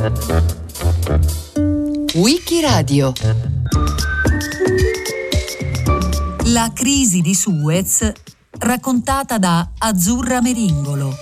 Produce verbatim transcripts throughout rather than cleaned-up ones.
Wikiradio. La crisi di Suez raccontata da Azzurra Meringolo.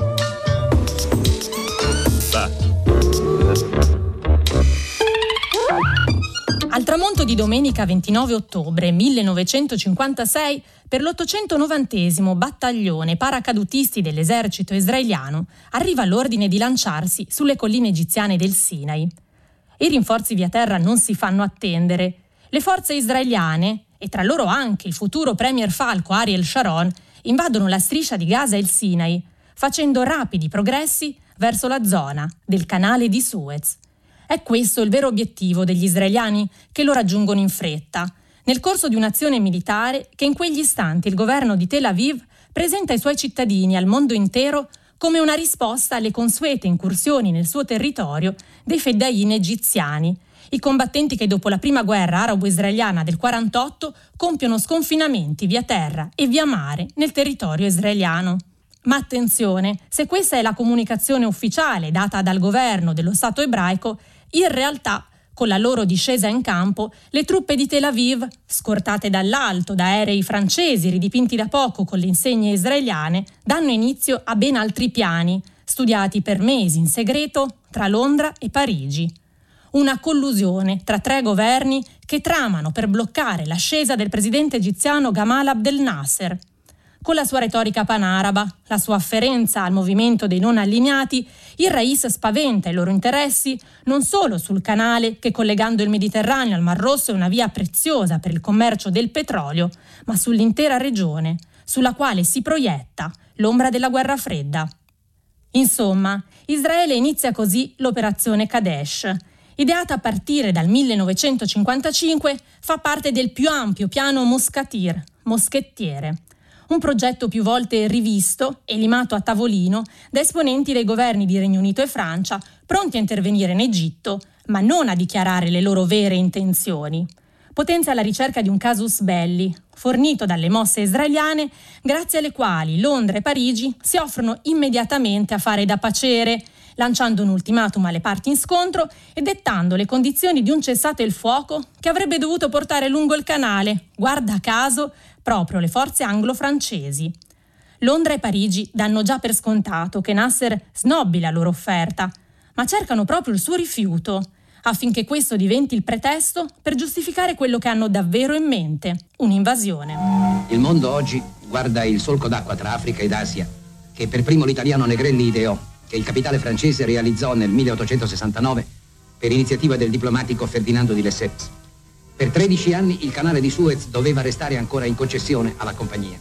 Al tramonto di domenica ventinove ottobre millenovecentocinquantasei, per l'ottocentonovantesimo battaglione paracadutisti dell'esercito israeliano arriva l'ordine di lanciarsi sulle colline egiziane del Sinai. I rinforzi via terra non si fanno attendere. Le forze israeliane, e tra loro anche il futuro premier falco Ariel Sharon, invadono la striscia di Gaza e il Sinai, facendo rapidi progressi verso la zona del canale di Suez. È questo il vero obiettivo degli israeliani, che lo raggiungono in fretta, nel corso di un'azione militare che in quegli istanti il governo di Tel Aviv presenta ai suoi cittadini e al mondo intero come una risposta alle consuete incursioni nel suo territorio dei feddain egiziani, i combattenti che dopo la prima guerra arabo-israeliana del quarantotto compiono sconfinamenti via terra e via mare nel territorio israeliano. Ma attenzione, se questa è la comunicazione ufficiale data dal governo dello Stato ebraico, in realtà, con la loro discesa in campo, le truppe di Tel Aviv, scortate dall'alto da aerei francesi ridipinti da poco con le insegne israeliane, danno inizio a ben altri piani, studiati per mesi in segreto tra Londra e Parigi. Una collusione tra tre governi che tramano per bloccare l'ascesa del presidente egiziano Gamal Abdel Nasser. Con la sua retorica panaraba, la sua afferenza al movimento dei non allineati, il Rais spaventa i loro interessi non solo sul canale che, collegando il Mediterraneo al Mar Rosso, è una via preziosa per il commercio del petrolio, ma sull'intera regione, sulla quale si proietta l'ombra della guerra fredda. Insomma, Israele inizia così l'operazione Kadesh. Ideata a partire dal millenovecentocinquantacinque, fa parte del più ampio piano Moscatir, moschettiere. Un progetto più volte rivisto e limato a tavolino da esponenti dei governi di Regno Unito e Francia, pronti a intervenire in Egitto, ma non a dichiarare le loro vere intenzioni. Potenza alla ricerca di un casus belli, fornito dalle mosse israeliane, grazie alle quali Londra e Parigi si offrono immediatamente a fare da pacere, lanciando un ultimatum alle parti in scontro e dettando le condizioni di un cessate il fuoco che avrebbe dovuto portare lungo il canale, guarda caso, proprio le forze anglo-francesi. Londra e Parigi danno già per scontato che Nasser snobbi la loro offerta, ma cercano proprio il suo rifiuto, affinché questo diventi il pretesto per giustificare quello che hanno davvero in mente, un'invasione. Il mondo oggi guarda il solco d'acqua tra Africa ed Asia, che per primo l'italiano Negrelli ideò, che il capitale francese realizzò nel milleottocentosessantanove per iniziativa del diplomatico Ferdinando di Lesseps. Per tredici anni il canale di Suez doveva restare ancora in concessione alla compagnia.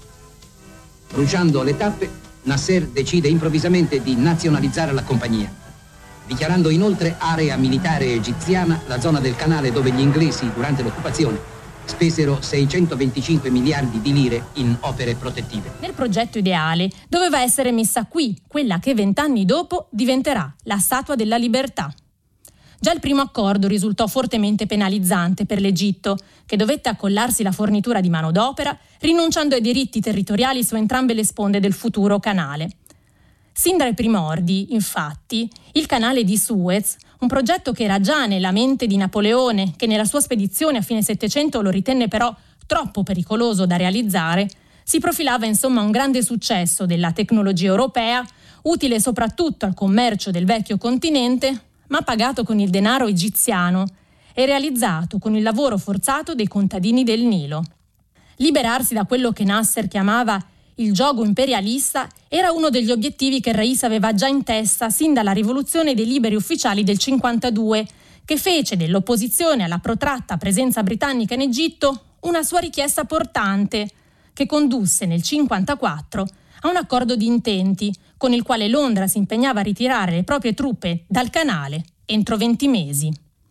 Bruciando le tappe, Nasser decide improvvisamente di nazionalizzare la compagnia, dichiarando inoltre area militare egiziana la zona del canale dove gli inglesi, durante l'occupazione, spesero seicentoventicinque miliardi di lire in opere protettive. Nel progetto ideale doveva essere messa qui quella che vent'anni dopo diventerà la Statua della Libertà. Già il primo accordo risultò fortemente penalizzante per l'Egitto, che dovette accollarsi la fornitura di manodopera, rinunciando ai diritti territoriali su entrambe le sponde del futuro canale. Sin dai primordi, infatti, il canale di Suez, un progetto che era già nella mente di Napoleone, che nella sua spedizione a fine Settecento lo ritenne però troppo pericoloso da realizzare, si profilava insomma un grande successo della tecnologia europea, utile soprattutto al commercio del vecchio continente, ma pagato con il denaro egiziano e realizzato con il lavoro forzato dei contadini del Nilo. Liberarsi da quello che Nasser chiamava il giogo imperialista era uno degli obiettivi che il Rais aveva già in testa sin dalla rivoluzione dei liberi ufficiali del cinquantadue, che fece dell'opposizione alla protratta presenza britannica in Egitto una sua richiesta portante, che condusse nel cinquantaquattro a un accordo di intenti con il quale Londra si impegnava a ritirare le proprie truppe dal canale entro venti mesi.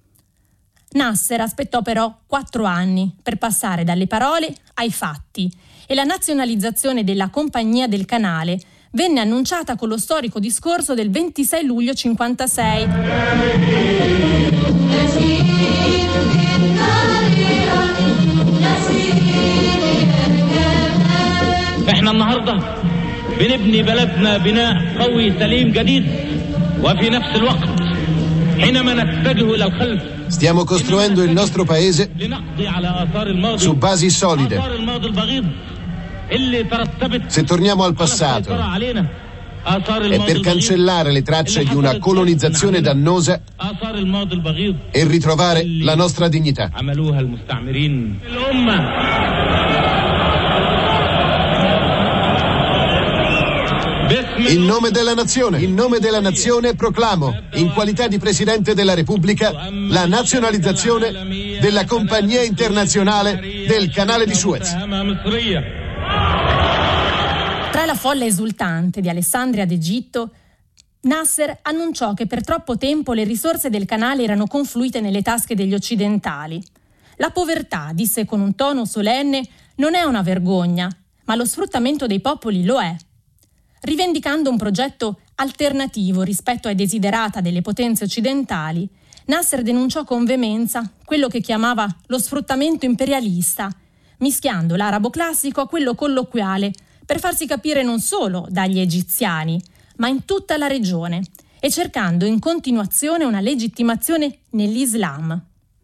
Nasser aspettò però quattro anni per passare dalle parole ai fatti e la nazionalizzazione della Compagnia del Canale venne annunciata con lo storico discorso del ventisei luglio cinquantasei. احنا النهارده بنبني بلدنا بناء قوي سليم جديد وفي نفس الوقت Stiamo costruendo il nostro paese su basi solide. Se torniamo al passato è per cancellare le tracce di una colonizzazione dannosa e ritrovare la nostra dignità. In nome della nazione, in nome della nazione proclamo, in qualità di Presidente della Repubblica, la nazionalizzazione della Compagnia Internazionale del Canale di Suez. Tra la folla esultante di Alessandria d'Egitto, Nasser annunciò che per troppo tempo le risorse del canale erano confluite nelle tasche degli occidentali. La povertà, disse con un tono solenne, non è una vergogna, ma lo sfruttamento dei popoli lo è. Rivendicando un progetto alternativo rispetto ai desiderata delle potenze occidentali, Nasser denunciò con veemenza quello che chiamava lo sfruttamento imperialista, mischiando l'arabo classico a quello colloquiale per farsi capire non solo dagli egiziani, ma in tutta la regione, e cercando in continuazione una legittimazione nell'Islam.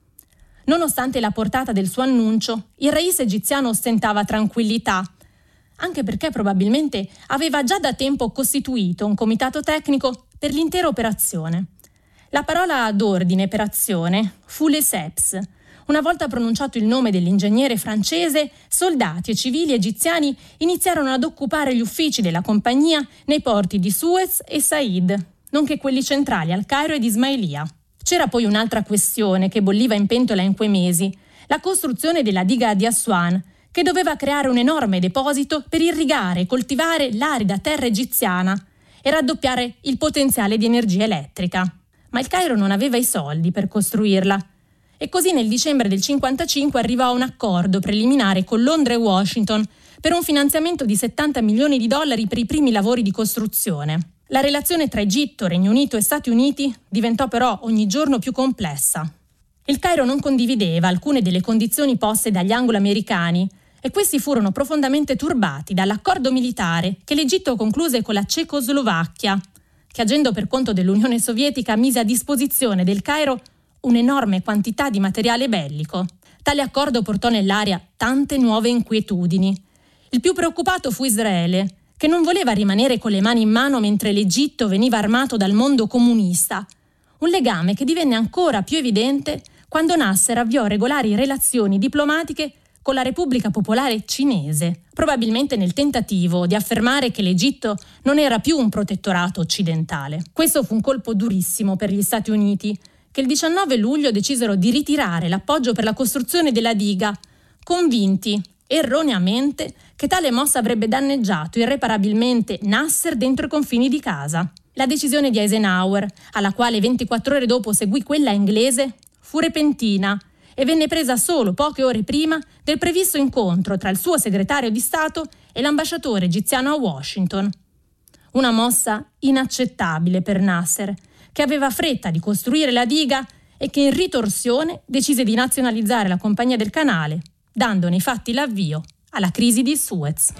Nonostante la portata del suo annuncio, il reis egiziano ostentava tranquillità, anche perché probabilmente aveva già da tempo costituito un comitato tecnico per l'intera operazione. La parola d'ordine per azione fu Lesseps. Una volta pronunciato il nome dell'ingegnere francese, soldati e civili egiziani iniziarono ad occupare gli uffici della compagnia nei porti di Suez e Said, nonché quelli centrali al Cairo ed Ismailia. C'era poi un'altra questione che bolliva in pentola in quei mesi, la costruzione della diga di Aswan, che doveva creare un enorme deposito per irrigare e coltivare l'arida terra egiziana e raddoppiare il potenziale di energia elettrica. Ma il Cairo non aveva i soldi per costruirla. E così nel dicembre del cinquantacinque arrivò un accordo preliminare con Londra e Washington per un finanziamento di settanta milioni di dollari per i primi lavori di costruzione. La relazione tra Egitto, Regno Unito e Stati Uniti diventò però ogni giorno più complessa. Il Cairo non condivideva alcune delle condizioni poste dagli anglo-americani e questi furono profondamente turbati dall'accordo militare che l'Egitto concluse con la Cecoslovacchia, che agendo per conto dell'Unione Sovietica mise a disposizione del Cairo un'enorme quantità di materiale bellico. Tale accordo portò nell'aria tante nuove inquietudini. Il più preoccupato fu Israele, che non voleva rimanere con le mani in mano mentre l'Egitto veniva armato dal mondo comunista, un legame che divenne ancora più evidente quando Nasser avviò regolari relazioni diplomatiche con la Repubblica Popolare Cinese, probabilmente nel tentativo di affermare che l'Egitto non era più un protettorato occidentale. Questo fu un colpo durissimo per gli Stati Uniti, che il diciannove luglio decisero di ritirare l'appoggio per la costruzione della diga, convinti erroneamente che tale mossa avrebbe danneggiato irreparabilmente Nasser dentro i confini di casa. La decisione di Eisenhower, alla quale ventiquattro ore dopo seguì quella inglese, fu repentina e venne presa solo poche ore prima del previsto incontro tra il suo segretario di Stato e l'ambasciatore egiziano a Washington. Una mossa inaccettabile per Nasser, che aveva fretta di costruire la diga e che in ritorsione decise di nazionalizzare la Compagnia del Canale, dando nei fatti l'avvio alla crisi di Suez.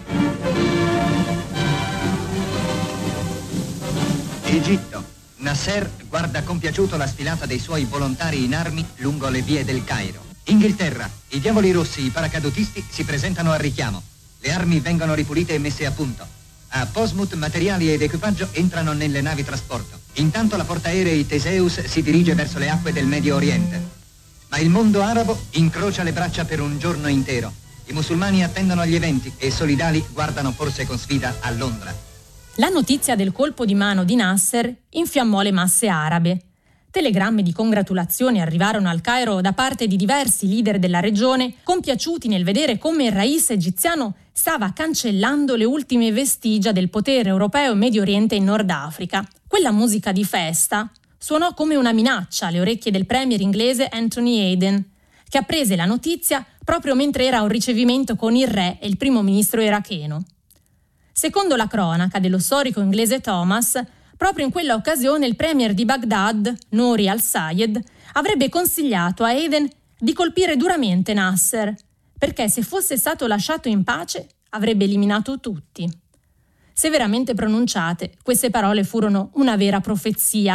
Egitto. Nasser guarda compiaciuto la sfilata dei suoi volontari in armi lungo le vie del Cairo. Inghilterra. I diavoli rossi, i paracadutisti, si presentano al richiamo. Le armi vengono ripulite e messe a punto. A Portsmouth materiali ed equipaggio entrano nelle navi trasporto. Intanto la portaerei Teseus si dirige verso le acque del Medio Oriente. Ma il mondo arabo incrocia le braccia per un giorno intero. I musulmani attendono gli eventi e solidali guardano forse con sfida a Londra. La notizia del colpo di mano di Nasser infiammò le masse arabe. Telegrammi di congratulazioni arrivarono al Cairo da parte di diversi leader della regione, compiaciuti nel vedere come il reis egiziano stava cancellando le ultime vestigia del potere europeo in Medio Oriente e in Nord Africa. Quella musica di festa suonò come una minaccia alle orecchie del premier inglese Anthony Eden, che apprese la notizia proprio mentre era a un ricevimento con il re e il primo ministro iracheno. Secondo la cronaca dello storico inglese Thomas, proprio in quella occasione il premier di Baghdad, Nouri al-Sayed, avrebbe consigliato a Eden di colpire duramente Nasser, perché se fosse stato lasciato in pace avrebbe eliminato tutti. Severamente pronunciate, queste parole furono una vera profezia,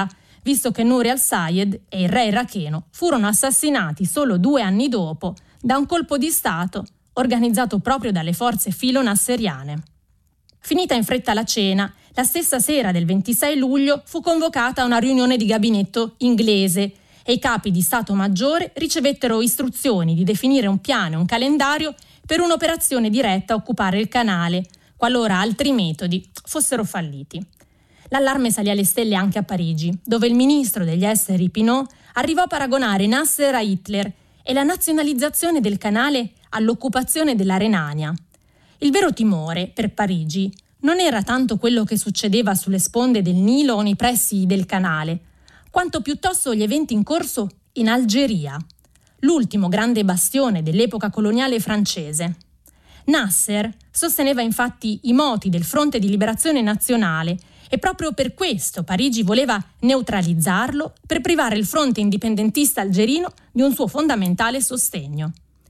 visto che Nouri al-Sayed e il re iracheno furono assassinati solo due anni dopo da un colpo di Stato organizzato proprio dalle forze filo-nasseriane. Finita in fretta la cena, la stessa sera del ventisei luglio fu convocata una riunione di gabinetto inglese e i capi di Stato Maggiore ricevettero istruzioni di definire un piano e un calendario per un'operazione diretta a occupare il canale, qualora altri metodi fossero falliti. L'allarme salì alle stelle anche a Parigi, dove il ministro degli esteri Pinot arrivò a paragonare Nasser a Hitler e la nazionalizzazione del canale all'occupazione della Renania. Il vero timore per Parigi non era tanto quello che succedeva sulle sponde del Nilo o nei pressi del canale, quanto piuttosto gli eventi in corso in Algeria, l'ultimo grande bastione dell'epoca coloniale francese. Nasser sosteneva infatti i moti del Fronte di Liberazione Nazionale e proprio per questo Parigi voleva neutralizzarlo per privare il fronte indipendentista algerino di un suo fondamentale sostegno.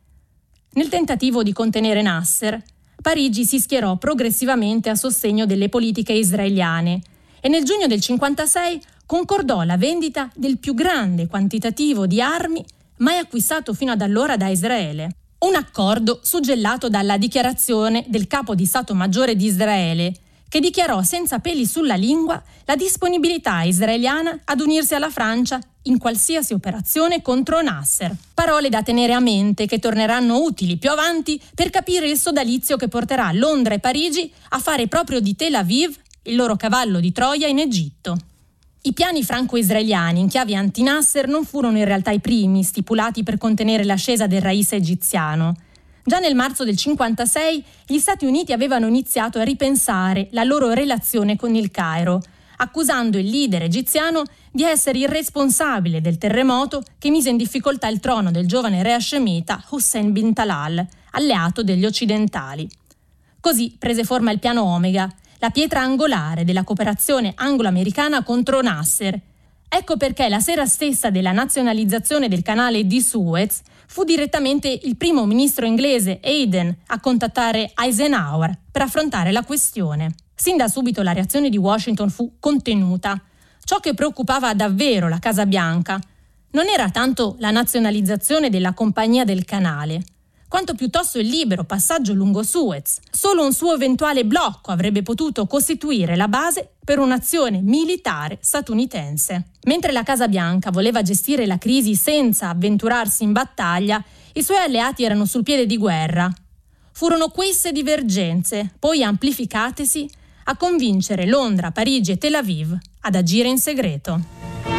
Nel tentativo di contenere Nasser, Parigi si schierò progressivamente a sostegno delle politiche israeliane e nel giugno del cinquantasei concordò la vendita del più grande quantitativo di armi mai acquistato fino ad allora da Israele. Un accordo suggellato dalla dichiarazione del capo di Stato Maggiore di Israele, che dichiarò senza peli sulla lingua la disponibilità israeliana ad unirsi alla Francia in qualsiasi operazione contro Nasser. Parole da tenere a mente che torneranno utili più avanti per capire il sodalizio che porterà Londra e Parigi a fare proprio di Tel Aviv il loro cavallo di Troia in Egitto. I piani franco-israeliani in chiave anti-Nasser non furono in realtà i primi stipulati per contenere l'ascesa del Rais egiziano. Già nel marzo del cinquantasei gli Stati Uniti avevano iniziato a ripensare la loro relazione con il Cairo, accusando il leader egiziano di essere il responsabile del terremoto che mise in difficoltà il trono del giovane re hascemita Hussein bin Talal, alleato degli occidentali. Così prese forma il piano Omega, la pietra angolare della cooperazione anglo-americana contro Nasser. Ecco perché la sera stessa della nazionalizzazione del canale di Suez fu direttamente il primo ministro inglese Aden a contattare Eisenhower per affrontare la questione. Sin da subito la reazione di Washington fu contenuta. Ciò che preoccupava davvero la Casa Bianca non era tanto la nazionalizzazione della Compagnia del Canale, quanto piuttosto il libero passaggio lungo Suez. Solo un suo eventuale blocco avrebbe potuto costituire la base per un'azione militare statunitense. Mentre la Casa Bianca voleva gestire la crisi senza avventurarsi in battaglia, i suoi alleati erano sul piede di guerra. Furono queste divergenze, poi amplificatesi, a convincere Londra, Parigi e Tel Aviv ad agire in segreto.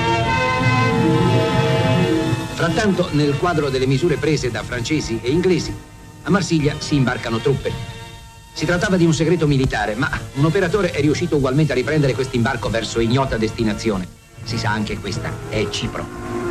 Frattanto, nel quadro delle misure prese da francesi e inglesi, a Marsiglia si imbarcano truppe. Si trattava di un segreto militare, ma un operatore è riuscito ugualmente a riprendere quest'imbarco verso ignota destinazione. Si sa anche questa è Cipro.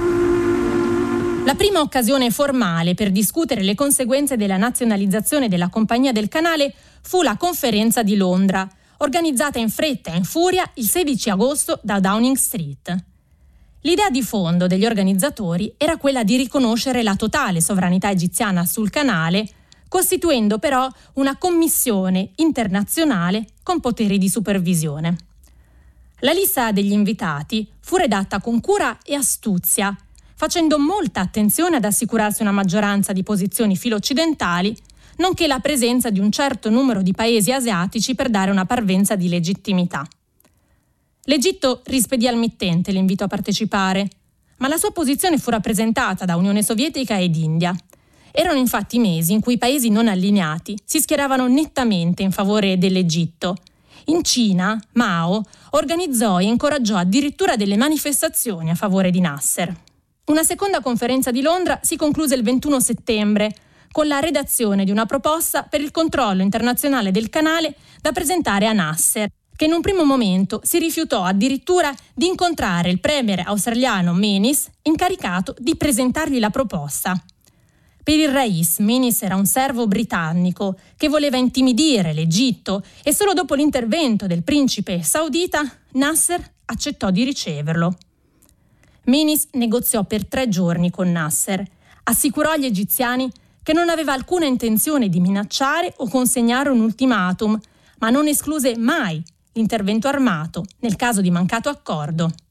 La prima occasione formale per discutere le conseguenze della nazionalizzazione della Compagnia del Canale fu la Conferenza di Londra, organizzata in fretta e in furia il sedici agosto da Downing Street. L'idea di fondo degli organizzatori era quella di riconoscere la totale sovranità egiziana sul canale, costituendo però una commissione internazionale con poteri di supervisione. La lista degli invitati fu redatta con cura e astuzia, facendo molta attenzione ad assicurarsi una maggioranza di posizioni filo-occidentali, nonché la presenza di un certo numero di paesi asiatici per dare una parvenza di legittimità. L'Egitto rispedì al mittente l'invito a partecipare, ma la sua posizione fu rappresentata da Unione Sovietica ed India. Erano infatti mesi in cui i paesi non allineati si schieravano nettamente in favore dell'Egitto. In Cina, Mao organizzò e incoraggiò addirittura delle manifestazioni a favore di Nasser. Una seconda conferenza di Londra si concluse il ventuno settembre con la redazione di una proposta per il controllo internazionale del canale da presentare a Nasser, che in un primo momento si rifiutò addirittura di incontrare il premier australiano Menis, incaricato di presentargli la proposta. Per il Rais, Menis era un servo britannico che voleva intimidire l'Egitto e solo dopo l'intervento del principe saudita, Nasser accettò di riceverlo. Menis negoziò per tre giorni con Nasser, assicurò agli egiziani che non aveva alcuna intenzione di minacciare o consegnare un ultimatum, ma non escluse mai l'intervento armato nel caso di mancato accordo.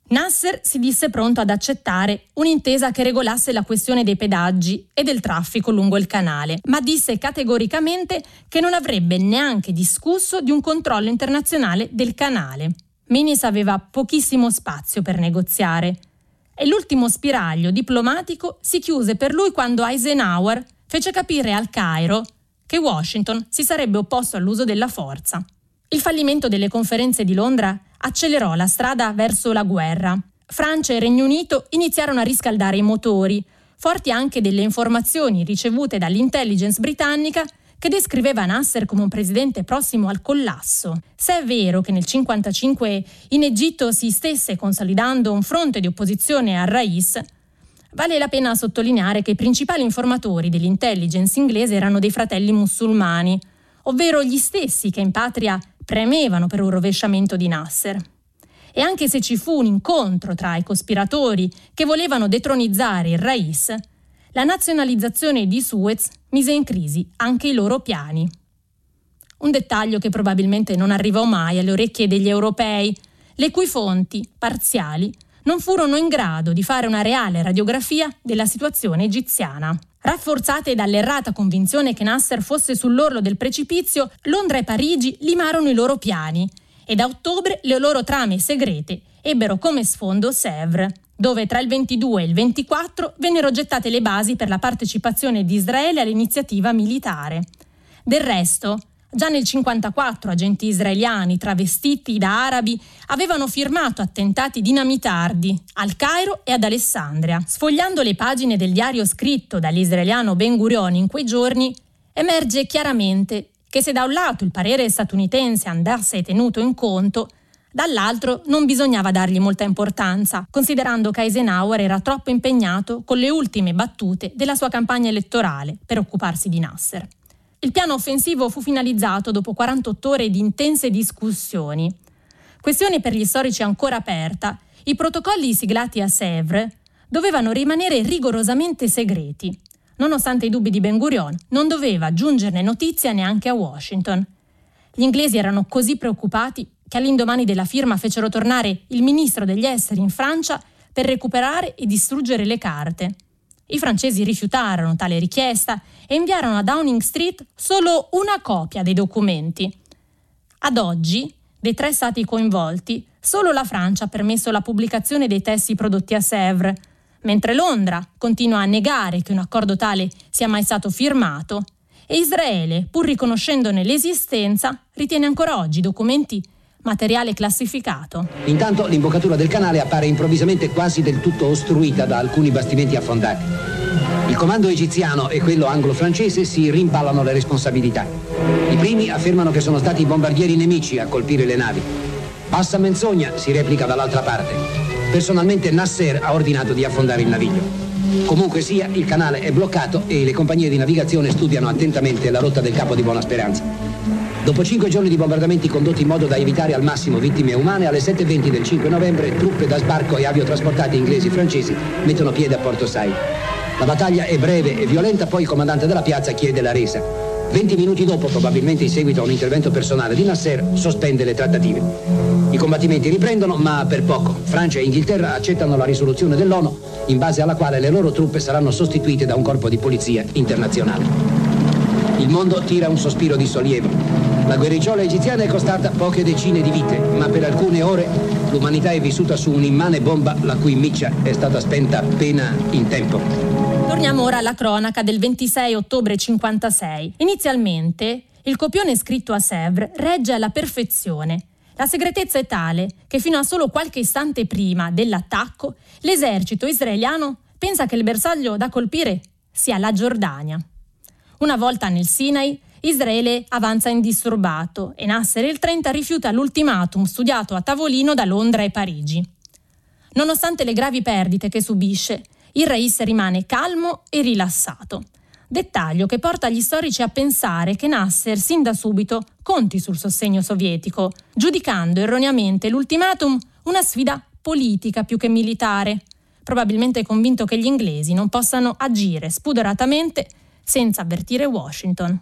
Nasser si disse pronto ad accettare un'intesa che regolasse la questione dei pedaggi e del traffico lungo il canale, ma disse categoricamente che non avrebbe neanche discusso di un controllo internazionale del canale. Menis aveva pochissimo spazio per negoziare e l'ultimo spiraglio diplomatico si chiuse per lui quando Eisenhower fece capire al Cairo che Washington si sarebbe opposto all'uso della forza. Il fallimento delle conferenze di Londra accelerò la strada verso la guerra. Francia e Regno Unito iniziarono a riscaldare i motori, forti anche delle informazioni ricevute dall'intelligence britannica che descriveva Nasser come un presidente prossimo al collasso. Se è vero che nel cinquantacinque in Egitto si stesse consolidando un fronte di opposizione al Rais, vale la pena sottolineare che i principali informatori dell'intelligence inglese erano dei fratelli musulmani, ovvero gli stessi che in patria premevano per un rovesciamento di Nasser. E anche se ci fu un incontro tra i cospiratori che volevano detronizzare il Rais, la nazionalizzazione di Suez mise in crisi anche i loro piani. Un dettaglio che probabilmente non arrivò mai alle orecchie degli europei, le cui fonti, parziali, non furono in grado di fare una reale radiografia della situazione egiziana. Rafforzate dall'errata convinzione che Nasser fosse sull'orlo del precipizio, Londra e Parigi limarono i loro piani e da ottobre le loro trame segrete ebbero come sfondo Sèvres, dove tra il ventidue e il ventiquattro vennero gettate le basi per la partecipazione di Israele all'iniziativa militare. Del resto, già nel cinquantaquattro agenti israeliani travestiti da arabi avevano firmato attentati dinamitardi al Cairo e ad Alessandria. Sfogliando le pagine del diario scritto dall'israeliano Ben Gurion in quei giorni, emerge chiaramente che se da un lato il parere statunitense andasse tenuto in conto, dall'altro non bisognava dargli molta importanza, considerando che Eisenhower era troppo impegnato con le ultime battute della sua campagna elettorale per occuparsi di Nasser. Il piano offensivo fu finalizzato dopo quarantotto ore di intense discussioni. Questione per gli storici ancora aperta, i protocolli siglati a Sèvres dovevano rimanere rigorosamente segreti. Nonostante i dubbi di Ben Gurion, non doveva giungerne notizia neanche a Washington. Gli inglesi erano così preoccupati che all'indomani della firma fecero tornare il ministro degli esteri in Francia per recuperare e distruggere le carte. I francesi rifiutarono tale richiesta e inviarono a Downing Street solo una copia dei documenti. Ad oggi, dei tre stati coinvolti, solo la Francia ha permesso la pubblicazione dei testi prodotti a Sèvres, mentre Londra continua a negare che un accordo tale sia mai stato firmato e Israele, pur riconoscendone l'esistenza, ritiene ancora oggi i documenti materiale classificato. Intanto l'imboccatura del canale appare improvvisamente quasi del tutto ostruita da alcuni bastimenti affondati. Il comando egiziano e quello anglo-francese si rimpallano le responsabilità. I primi affermano che sono stati i bombardieri nemici a colpire le navi. Passa menzogna, si replica dall'altra parte. Personalmente Nasser ha ordinato di affondare il naviglio. Comunque sia, il canale è bloccato e le compagnie di navigazione studiano attentamente la rotta del Capo di Buona Speranza. Dopo cinque giorni di bombardamenti condotti in modo da evitare al massimo vittime umane, alle sette e venti del cinque novembre truppe da sbarco e aviotrasportati inglesi e francesi mettono piede a Porto Said. La battaglia è breve e violenta, poi il comandante della piazza chiede la resa. venti minuti dopo, probabilmente in seguito a un intervento personale di Nasser, sospende le trattative. I combattimenti riprendono, ma per poco. Francia e Inghilterra accettano la risoluzione dell'ONU, in base alla quale le loro truppe saranno sostituite da un corpo di polizia internazionale. Il mondo tira un sospiro di sollievo. La guerriggiola egiziana è costata poche decine di vite, ma per alcune ore l'umanità è vissuta su un'immane bomba la cui miccia è stata spenta appena in tempo. Torniamo ora alla cronaca del ventisei ottobre cinquantasei. Inizialmente il copione scritto a Sèvres regge alla perfezione. La segretezza è tale che fino a solo qualche istante prima dell'attacco l'esercito israeliano pensa che il bersaglio da colpire sia la Giordania. Una volta nel Sinai, Israele avanza indisturbato e Nasser il trenta rifiuta l'ultimatum studiato a tavolino da Londra e Parigi. Nonostante le gravi perdite che subisce, il Rais rimane calmo e rilassato. Dettaglio che porta gli storici a pensare che Nasser sin da subito conti sul sostegno sovietico, giudicando erroneamente l'ultimatum una sfida politica più che militare, probabilmente convinto che gli inglesi non possano agire spudoratamente senza avvertire Washington.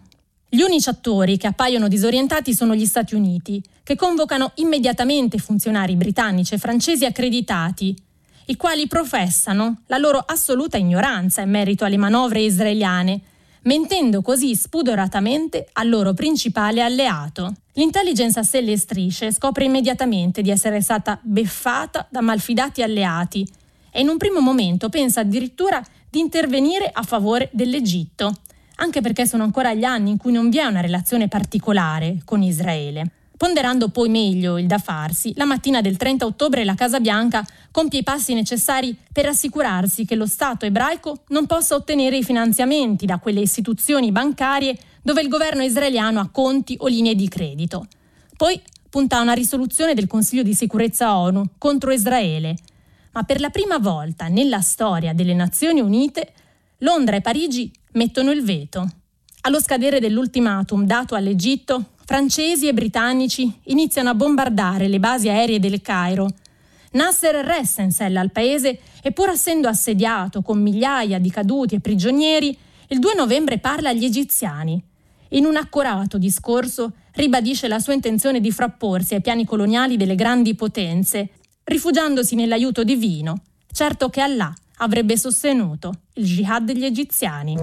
Gli unici attori che appaiono disorientati sono gli Stati Uniti, che convocano immediatamente funzionari britannici e francesi accreditati, i quali professano la loro assoluta ignoranza in merito alle manovre israeliane, mentendo così spudoratamente al loro principale alleato. L'intelligence a stelle e strisce scopre immediatamente di essere stata beffata da malfidati alleati e in un primo momento pensa addirittura di intervenire a favore dell'Egitto, anche perché sono ancora gli anni in cui non vi è una relazione particolare con Israele. Ponderando poi meglio il da farsi, la mattina del trenta ottobre la Casa Bianca compie i passi necessari per assicurarsi che lo Stato ebraico non possa ottenere i finanziamenti da quelle istituzioni bancarie dove il governo israeliano ha conti o linee di credito. Poi punta a una risoluzione del Consiglio di Sicurezza ONU contro Israele. Ma per la prima volta nella storia delle Nazioni Unite, Londra e Parigi mettono il veto. Allo scadere dell'ultimatum dato all'Egitto, francesi e britannici iniziano a bombardare le basi aeree del Cairo. Nasser resta in sella al paese e pur essendo assediato con migliaia di caduti e prigionieri, il due novembre parla agli egiziani. In un accorato discorso ribadisce la sua intenzione di frapporsi ai piani coloniali delle grandi potenze, rifugiandosi nell'aiuto divino, certo che Allah avrebbe sostenuto il jihad degli egiziani.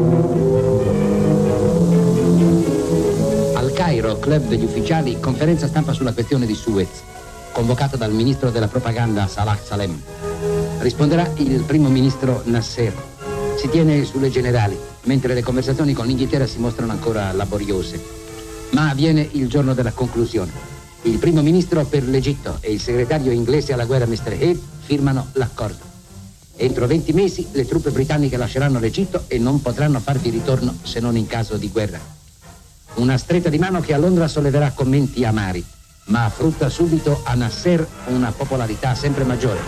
Al Cairo, club degli ufficiali, conferenza stampa sulla questione di Suez, convocata dal ministro della propaganda Salah Salem. Risponderà il primo ministro Nasser. Si tiene sulle generali, mentre le conversazioni con l'Inghilterra si mostrano ancora laboriose. Ma avviene il giorno della conclusione. Il primo ministro per l'Egitto e il segretario inglese alla guerra mister Head firmano l'accordo. Entro venti mesi le truppe britanniche lasceranno l'Egitto e non potranno farvi ritorno se non in caso di guerra. Una stretta di mano che a Londra solleverà commenti amari, ma frutta subito a Nasser una popolarità sempre maggiore.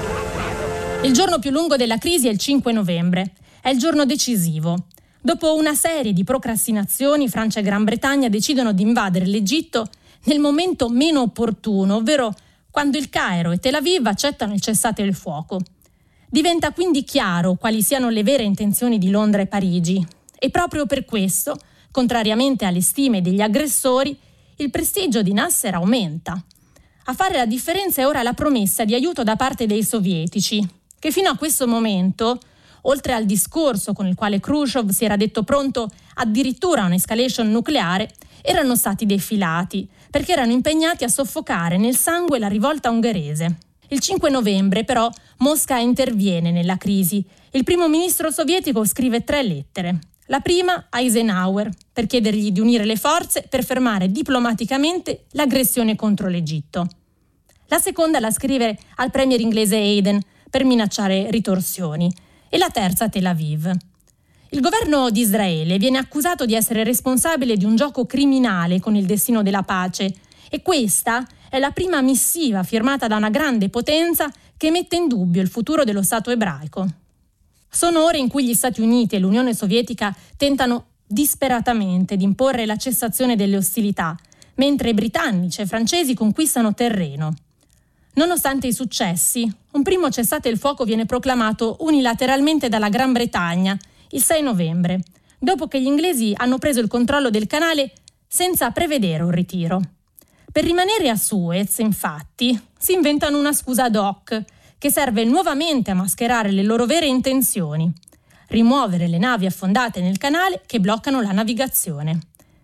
Il giorno più lungo della crisi è il cinque novembre. È il giorno decisivo. Dopo una serie di procrastinazioni, Francia e Gran Bretagna decidono di invadere l'Egitto nel momento meno opportuno, ovvero quando il Cairo e Tel Aviv accettano il cessate il fuoco. Diventa quindi chiaro quali siano le vere intenzioni di Londra e Parigi e proprio per questo, contrariamente alle stime degli aggressori, il prestigio di Nasser aumenta. A fare la differenza è ora la promessa di aiuto da parte dei sovietici, che fino a questo momento, oltre al discorso con il quale Khrushchev si era detto pronto addirittura a un'escalation nucleare, erano stati defilati, perché erano impegnati a soffocare nel sangue la rivolta ungherese. Il cinque novembre, però, Mosca interviene nella crisi. Il primo ministro sovietico scrive tre lettere. La prima a Eisenhower, per chiedergli di unire le forze per fermare diplomaticamente l'aggressione contro l'Egitto. La seconda la scrive al premier inglese Hayden per minacciare ritorsioni. E la terza a Tel Aviv. Il governo di Israele viene accusato di essere responsabile di un gioco criminale con il destino della pace e questa è la prima missiva firmata da una grande potenza che mette in dubbio il futuro dello Stato ebraico. Sono ore in cui gli Stati Uniti e l'Unione Sovietica tentano disperatamente di imporre la cessazione delle ostilità, mentre i britannici e francesi conquistano terreno. Nonostante i successi, un primo cessate il fuoco viene proclamato unilateralmente dalla Gran Bretagna il sei novembre, dopo che gli inglesi hanno preso il controllo del canale senza prevedere un ritiro. Per rimanere a Suez, infatti, si inventano una scusa ad hoc che serve nuovamente a mascherare le loro vere intenzioni: rimuovere le navi affondate nel canale che bloccano la navigazione.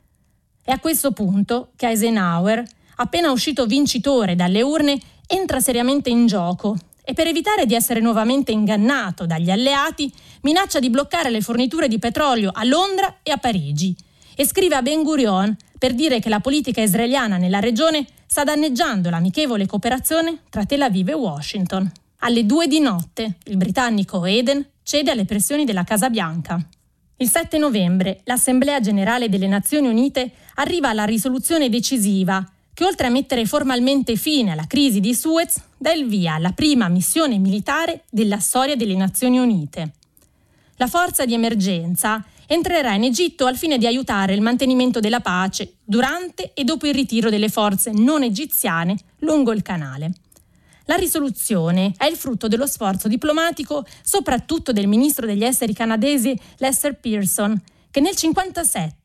È a questo punto che Eisenhower, appena uscito vincitore dalle urne, entra seriamente in gioco e per evitare di essere nuovamente ingannato dagli alleati minaccia di bloccare le forniture di petrolio a Londra e a Parigi e scrive a Ben Gurion per dire che la politica israeliana nella regione sta danneggiando l'amichevole cooperazione tra Tel Aviv e Washington. Alle due di notte il britannico Hayden cede alle pressioni della Casa Bianca. Il sette novembre l'Assemblea Generale delle Nazioni Unite arriva alla risoluzione decisiva che, oltre a mettere formalmente fine alla crisi di Suez, dà il via alla prima missione militare della storia delle Nazioni Unite. La forza di emergenza entrerà in Egitto al fine di aiutare il mantenimento della pace durante e dopo il ritiro delle forze non egiziane lungo il canale. La risoluzione è il frutto dello sforzo diplomatico soprattutto del ministro degli esteri canadese Lester Pearson, che nel cinquantasette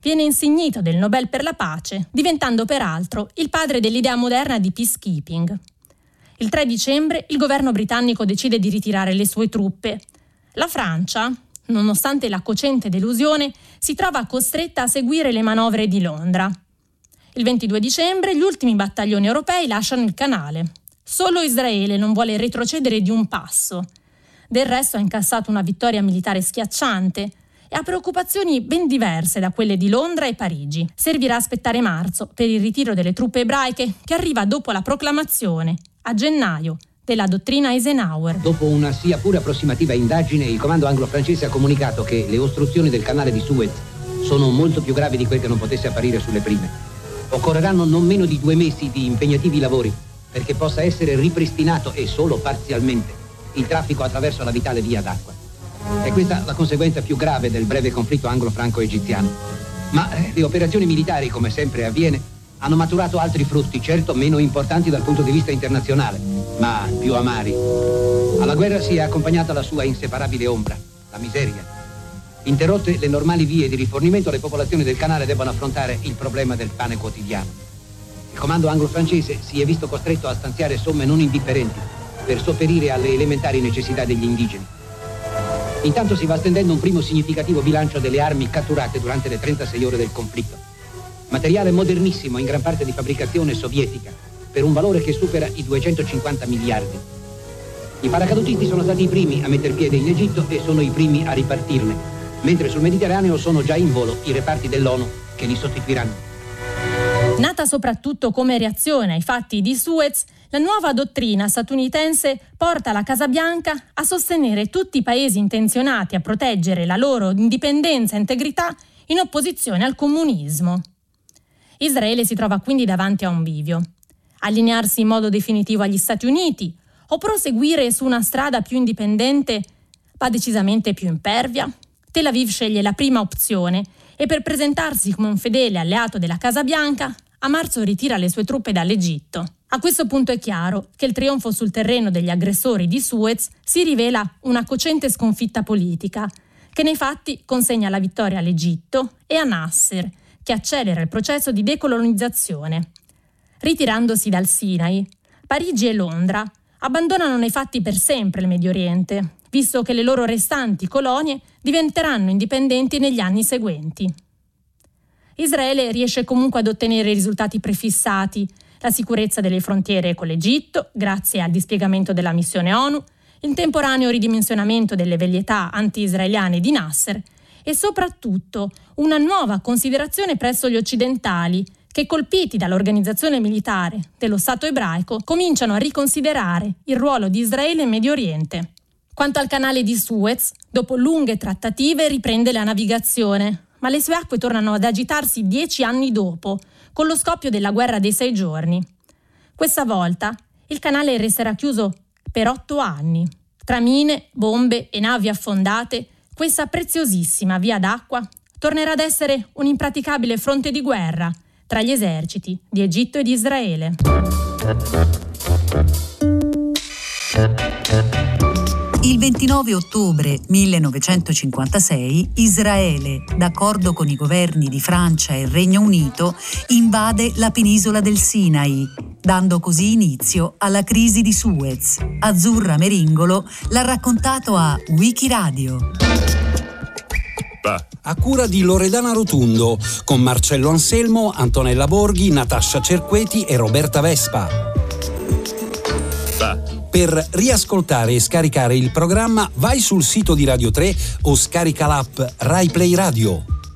viene insignito del Nobel per la pace, diventando peraltro il padre dell'idea moderna di peacekeeping. Il tre dicembre il governo britannico decide di ritirare le sue truppe. La Francia, nonostante la cocente delusione, si trova costretta a seguire le manovre di Londra. Il ventidue dicembre gli ultimi battaglioni europei lasciano il canale. Solo Israele non vuole retrocedere di un passo. Del resto ha incassato una vittoria militare schiacciante e ha preoccupazioni ben diverse da quelle di Londra e Parigi. Servirà aspettare marzo per il ritiro delle truppe ebraiche che arriva dopo la proclamazione, a gennaio, della dottrina Eisenhower. Dopo una sia pure approssimativa indagine, il comando anglo-francese ha comunicato che le ostruzioni del canale di Suez sono molto più gravi di quel che non potesse apparire sulle prime. Occorreranno non meno di due mesi di impegnativi lavori perché possa essere ripristinato, e solo parzialmente, il traffico attraverso la vitale via d'acqua. È questa la conseguenza più grave del breve conflitto anglo-franco-egiziano. Ma eh, le operazioni militari, come sempre avviene, hanno maturato altri frutti, certo meno importanti dal punto di vista internazionale, ma più amari. Alla guerra si è accompagnata la sua inseparabile ombra, la miseria. Interrotte le normali vie di rifornimento, le popolazioni del canale debbono affrontare il problema del pane quotidiano. Il comando anglo-francese si è visto costretto a stanziare somme non indifferenti per sopperire alle elementari necessità degli indigeni. Intanto si va stendendo un primo significativo bilancio delle armi catturate durante le trentasei ore del conflitto. Materiale modernissimo, in gran parte di fabbricazione sovietica, per un valore che supera i duecentocinquanta miliardi. I paracadutisti sono stati i primi a metter piede in Egitto e sono i primi a ripartirne, mentre sul Mediterraneo sono già in volo i reparti dell'ONU che li sostituiranno. Nata soprattutto come reazione ai fatti di Suez, la nuova dottrina statunitense porta la Casa Bianca a sostenere tutti i paesi intenzionati a proteggere la loro indipendenza e integrità in opposizione al comunismo. Israele si trova quindi davanti a un bivio: allinearsi in modo definitivo agli Stati Uniti o proseguire su una strada più indipendente ma decisamente più impervia? Tel Aviv sceglie la prima opzione e, per presentarsi come un fedele alleato della Casa Bianca, a marzo ritira le sue truppe dall'Egitto. A questo punto è chiaro che il trionfo sul terreno degli aggressori di Suez si rivela una cocente sconfitta politica, che nei fatti consegna la vittoria all'Egitto e a Nasser, che accelera il processo di decolonizzazione. Ritirandosi dal Sinai, Parigi e Londra abbandonano nei fatti per sempre il Medio Oriente, visto che le loro restanti colonie diventeranno indipendenti negli anni seguenti. Israele riesce comunque ad ottenere i risultati prefissati: la sicurezza delle frontiere con l'Egitto, grazie al dispiegamento della missione ONU, il temporaneo ridimensionamento delle velleità anti-israeliane di Nasser e soprattutto una nuova considerazione presso gli occidentali che, colpiti dall'organizzazione militare dello Stato ebraico, cominciano a riconsiderare il ruolo di Israele in Medio Oriente. Quanto al canale di Suez, dopo lunghe trattative riprende la navigazione, ma le sue acque tornano ad agitarsi dieci anni dopo, con lo scoppio della guerra dei sei giorni. Questa volta il canale resterà chiuso per otto anni. Tra mine, bombe e navi affondate, questa preziosissima via d'acqua tornerà ad essere un impraticabile fronte di guerra tra gli eserciti di Egitto e di Israele. Il ventinove ottobre millenovecentocinquantasei Israele, d'accordo con i governi di Francia e Regno Unito, invade la penisola del Sinai, dando così inizio alla crisi di Suez. Azzurra Meringolo l'ha raccontato a Wikiradio. A cura di Loredana Rotundo, con Marcello Anselmo, Antonella Borghi, Natascia Cerqueti e Roberta Vespa. Per riascoltare e scaricare il programma vai sul sito di Radio tre o scarica l'app Rai Play Radio.